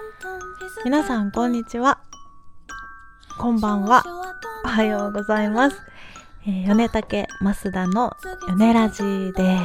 皆さんこんにちは、こんばんは、おはようございます。米竹増田の米ラジです。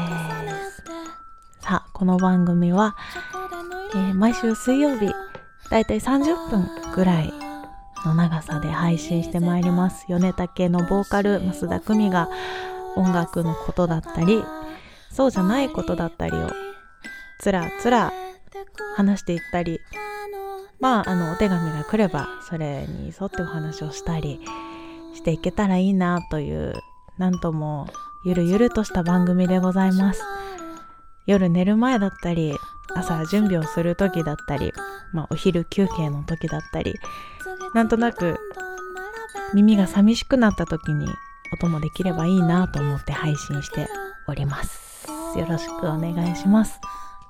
さあ、この番組は、毎週水曜日だいたい30分ぐらいの長さで配信してまいります。米竹のボーカル増田久美が音楽のことだったりそうじゃないことだったりをつらつら話していったり、お手紙が来ればそれに沿ってお話をしたりしていけたらいいなという、なんともゆるゆるとした番組でございます。夜寝る前だったり、朝準備をする時だったり、お昼休憩の時だったり、なんとなく耳が寂しくなった時に音もできればいいなと思って配信しております。よろしくお願いします。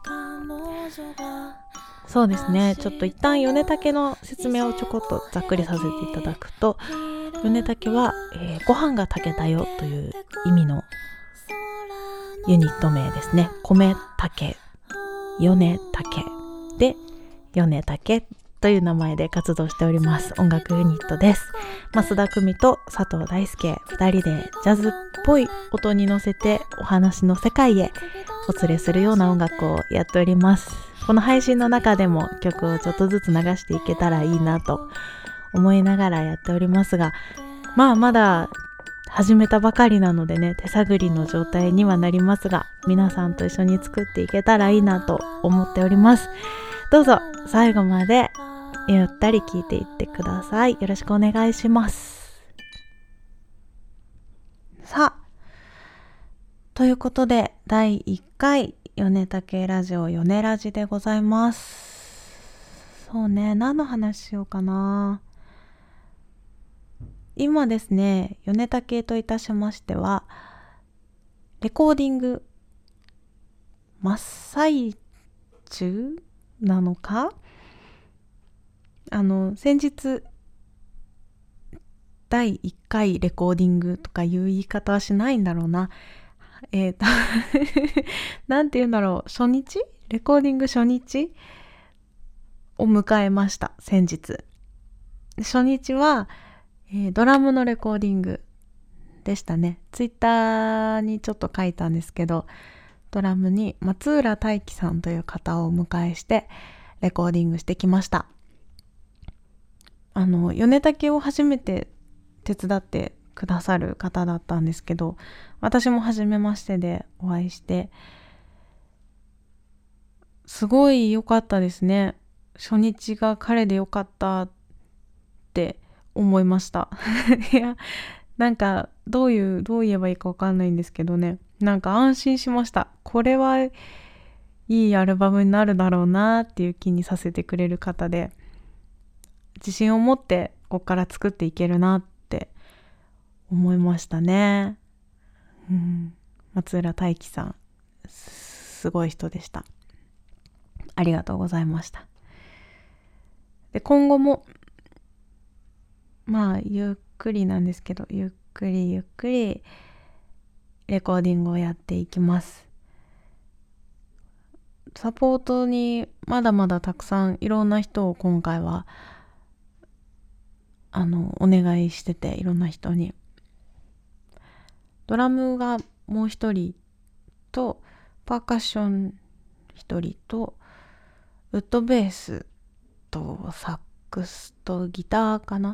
そうですね、ちょっと一旦米竹の説明をちょこっとざっくりさせていただくと、米竹は、ご飯が炊けたよという意味のユニット名ですね。米竹、米竹で米竹という名前で活動しております。音楽ユニットです。増田久美と佐藤大輔2人でジャズっぽい音に乗せてお話の世界へお連れするような音楽をやっております。この配信の中でも曲をちょっとずつ流していけたらいいなと思いながらやっておりますが、まだ始めたばかりなのでね、手探りの状態にはなりますが、皆さんと一緒に作っていけたらいいなと思っております。どうぞ最後までゆったり聞いていってください。よろしくお願いします。さあ、ということで第1回米竹ラジオ米ラジでございます。そうね、何の話しようかな。今ですね、米竹といたしましてはレコーディング真っ最中なのか。先日第1回レコーディングとかいう言い方はしないんだろうな。なんて言うんだろう、レコーディング初日を迎えました。先日初日は、ドラムのレコーディングでしたね。ツイッターにちょっと書いたんですけど、ドラムに松浦大樹さんという方をお迎えしてレコーディングしてきました。米竹を初めて手伝ってくださる方だったんですけど、私も初めましてでお会いして、すごい良かったですね。初日が彼で良かったって思いましたいや、なんかどう言えばいいか分かんないんですけどね、なんか安心しました。これはいいアルバムになるだろうなっていう気にさせてくれる方で、自信を持ってここから作っていけるなって思いましたね。松浦大樹さん、すごい人でした。ありがとうございました。で、今後もゆっくりなんですけど、ゆっくりレコーディングをやっていきます。サポートにまだまだたくさんいろんな人を今回はお願いしてて、いろんな人にドラムがもう一人と、パーカッション一人と、ウッドベースとサックスとギターかな。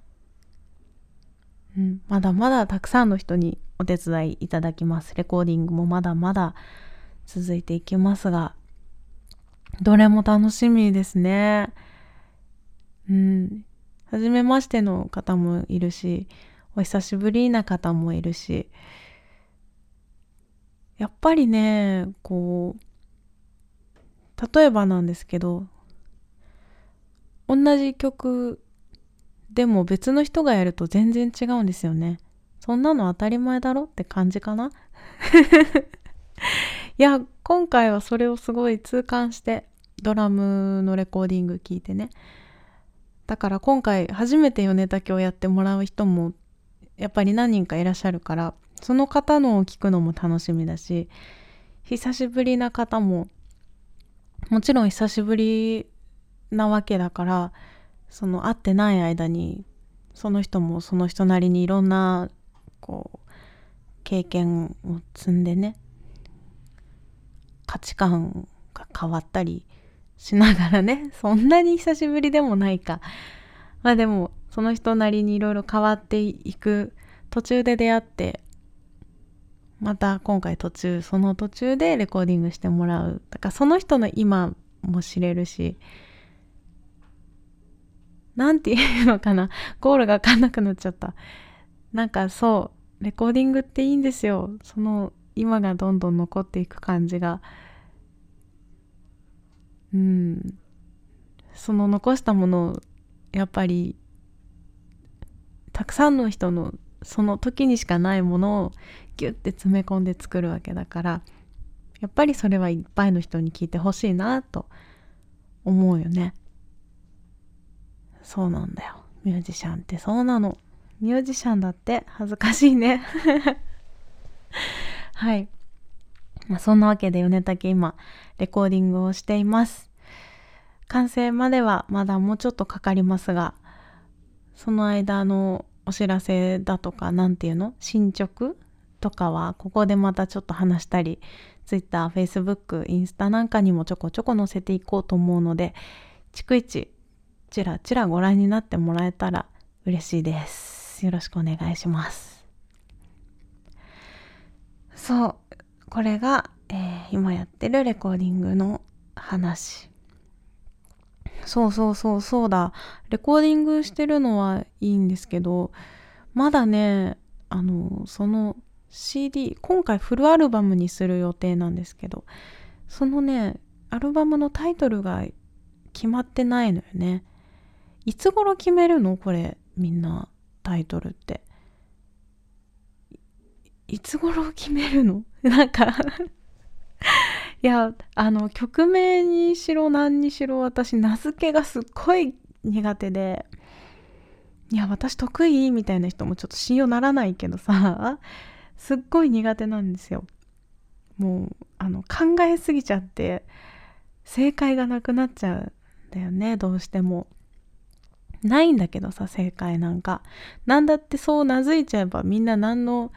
まだまだたくさんの人にお手伝いいただきます。レコーディングもまだまだ続いていきますが、どれも楽しみですね。初めましての方もいるし、お久しぶりな方もいるし、やっぱりね、例えばなんですけど、同じ曲でも別の人がやると全然違うんですよね。そんなの当たり前だろって感じかないや、今回はそれをすごい痛感して、ドラムのレコーディング聞いてね。だから今回初めて米竹をやってもらう人もやっぱり何人かいらっしゃるから、その方のを聞くのも楽しみだし、久しぶりな方ももちろん久しぶりなわけだから、その会ってない間にその人もその人なりにいろんなこう経験を積んでね、価値観が変わったりしながらね、そんなに久しぶりでもないか、まあでもその人なりにいろいろ変わっていく途中で出会って、また今回その途中でレコーディングしてもらう。だからその人の今も知れるし、なんていうのかな、ゴールがわかんなくなっちゃった。なんかそうレコーディングっていいんですよ。その今がどんどん残っていく感じが、その残したものをやっぱりたくさんの人のその時にしかないものをギュッて詰め込んで作るわけだから、やっぱりそれはいっぱいの人に聞いてほしいなと思うよね。そうなんだよ、ミュージシャンってそうなの。ミュージシャンだって恥ずかしいねはい、そんなわけで米竹今レコーディングをしています。完成まではまだもうちょっとかかりますが、その間のお知らせだとか、なんていうの、進捗とかはここでまたちょっと話したり、Twitter、Facebook、インスタなんかにもちょこちょこ載せていこうと思うので、逐一ちらちらご覧になってもらえたら嬉しいです。よろしくお願いします。そう、これが、今やってるレコーディングの話。そうだ、レコーディングしてるのはいいんですけど、まだね、その CD 今回フルアルバムにする予定なんですけど、そのねアルバムのタイトルが決まってないのよね。いつ頃決めるのこれ、みんなタイトルっていつ頃決めるのなんかいや、曲名にしろ何にしろ私名付けがすっごい苦手で、いや私得意みたいな人もちょっと信用ならないけどさ、すっごい苦手なんですよ。もう考えすぎちゃって正解がなくなっちゃうんだよね。どうしてもないんだけどさ、正解なんかなんだって、そう名付いちゃえばみんな何の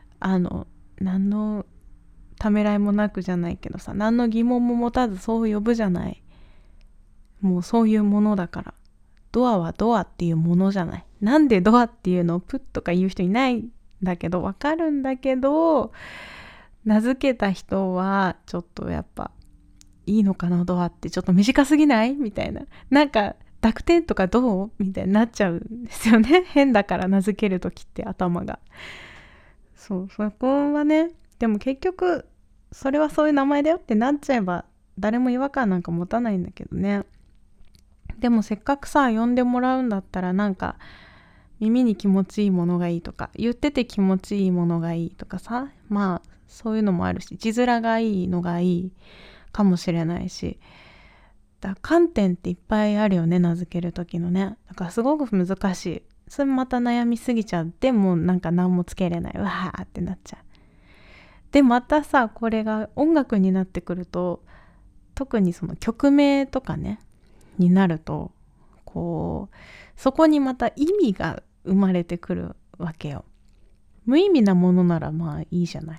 ためらいもなくじゃないけどさ、何の疑問も持たずそう呼ぶじゃない。もうそういうものだから。ドアはドアっていうものじゃない。なんでドアっていうのをプッとか言う人いないんだけど、わかるんだけど、名付けた人はちょっとやっぱいいのかな、ドアってちょっと短すぎないみたいな、なんか濁点とかどうみたいになっちゃうんですよね。変だから名付けるときって頭が。そこはね、でも結局それはそういう名前だよってなっちゃえば誰も違和感なんか持たないんだけどね。でもせっかくさ呼んでもらうんだったら、なんか耳に気持ちいいものがいいとか、言ってて気持ちいいものがいいとかさ、まあそういうのもあるし、字面がいいのがいいかもしれないし、だから観点っていっぱいあるよね、名付ける時のね。だからすごく難しい。それまた悩みすぎちゃって、もうなんか何もつけれない、うわーってなっちゃう。でまたさ、これが音楽になってくると、特にその曲名とかねになると、こうそこにまた意味が生まれてくるわけよ。無意味なものならまあいいじゃない。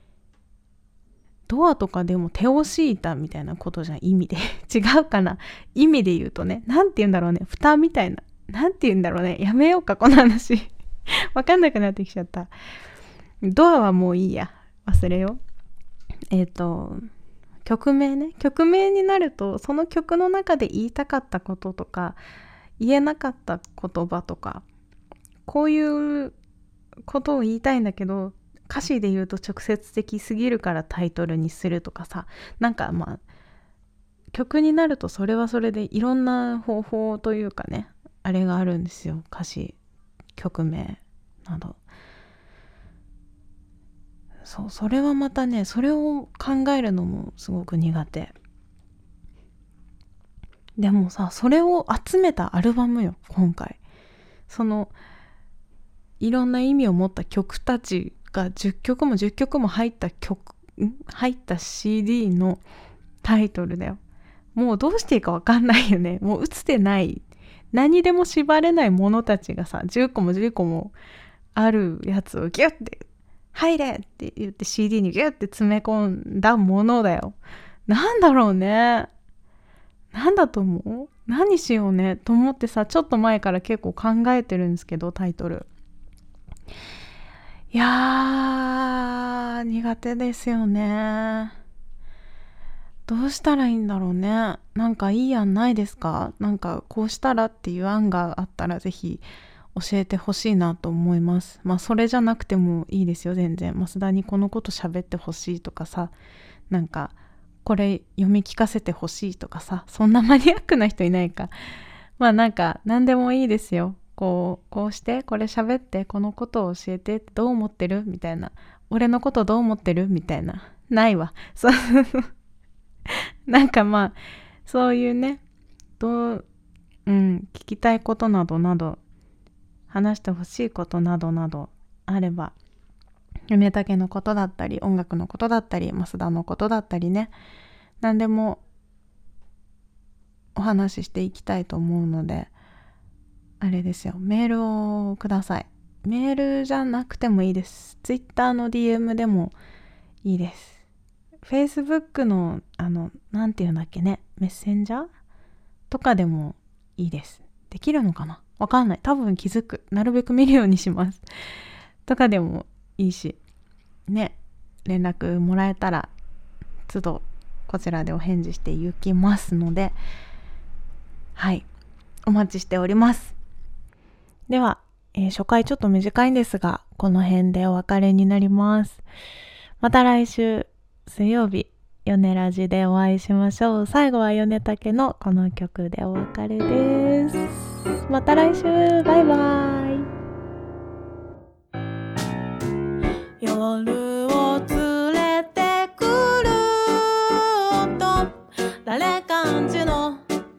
ドアとかでも手を敷いたみたいなことじゃん、意味で違うかな、意味で言うとね、なんて言うんだろうね、蓋みたいな、なんて言うんだろうね、やめようかこの話わかんなくなってきちゃった。ドアはもういいや、忘れよう。曲名ね、曲名になるとその曲の中で言いたかったこととか言えなかった言葉とか、こういうことを言いたいんだけど歌詞で言うと直接的すぎるからタイトルにするとかさ、なんかまあ曲になるとそれはそれでいろんな方法というかね、あれがあるんですよ、歌詞、曲名など。それはまたね、それを考えるのもすごく苦手。でもさ、それを集めたアルバムよ今回。そのいろんな意味を持った曲たちが10曲も入った CD のタイトルだよ。 もうどうしていいか分かんないよね。もう打つてない、何でも縛れないものたちがさ、10個も10個もあるやつをギュッて入れって言って CD にギュッて詰め込んだものだよ。なんだろうね。なんだと思う？何しようねと思ってさ、ちょっと前から結構考えてるんですけど、タイトル。いやー、苦手ですよね。どうしたらいいんだろうね。なんかいい案ないですか？なんかこうしたらっていう案があったらぜひ教えてほしいなと思います。まあそれじゃなくてもいいですよ、全然。増田にこのこと喋ってほしいとかさ、なんかこれ読み聞かせてほしいとかさ、そんなマニアックな人いないか。まあなんか何でもいいですよ。こうしてこれ喋ってこのことを教えて、どう思ってるみたいな、俺のことどう思ってるみたいな、ないわ。そうなんかまあそういうね、聞きたいことなどなど、話してほしいことなどなどあれば、夢竹のことだったり、音楽のことだったり、増田のことだったりね、何でもお話ししていきたいと思うので、あれですよ、メールをください。メールじゃなくてもいいです。Twitter の DM でもいいです。Facebook のなんていうんだっけね、メッセンジャーとかでもいいです。できるのかな？わかんない。多分気づく。なるべく見るようにします。とかでもいいし、ね、連絡もらえたら都度こちらでお返事していきますので、はい、お待ちしております。では、初回ちょっと短いんですが、この辺でお別れになります。また来週水曜日、ヨネラジでお会いしましょう。最後はヨネタケのこの曲でお別れです。また来週、バイバイ。夜を連れてくると、誰かんちの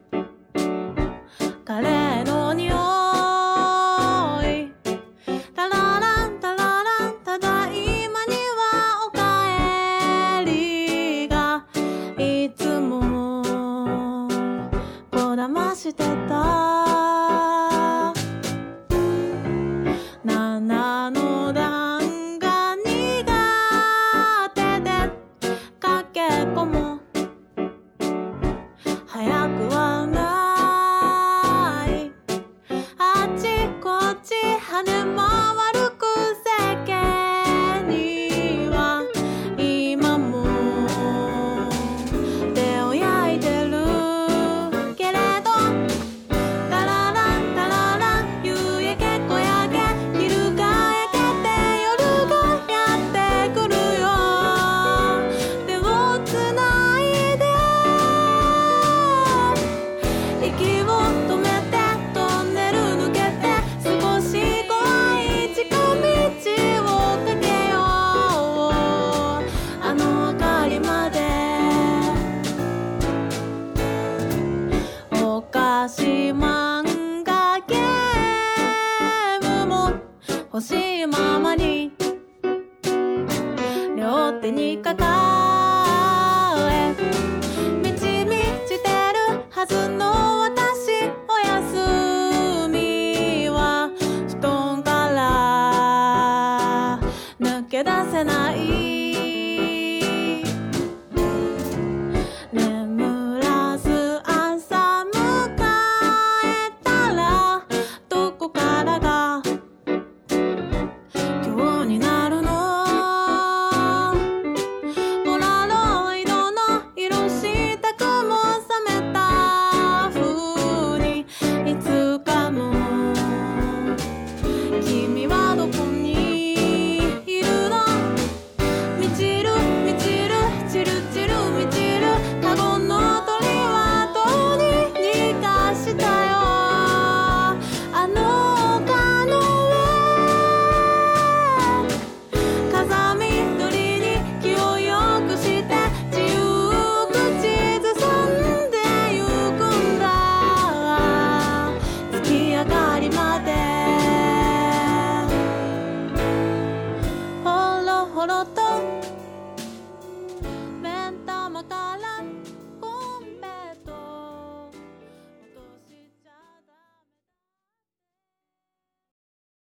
カレーの匂い、タラランタララン、ただいまにはおかえりがいつもこだましてた。7の段が苦手で駆け込む、早くはないあっちこっち跳ね回る癖には今も手を焼いてるけれど、タラランタララン、夕焼け小焼け、昼が焼けて夜がやってくるよ。手をつないで息を止めて、トンネル抜けて、少し怖い近道をかけよう、あの明かりまで。お菓子漫画ゲームも欲しいままに両手に抱え、満ち満ちてるはずの私、お休みは布団から抜け出せない。眠らず朝迎えたら、どこからが今日になるの。ポラロイドの色した雲覚めた風に、いつかの君はどこにいるの。満ちる満ちる、チルチル満ちる、カゴの鳥はとうに逃がしたよ、あの丘の上。風緑に気をよくして、自由口ずさんでゆくんだ、月明かりまで。ほろほろと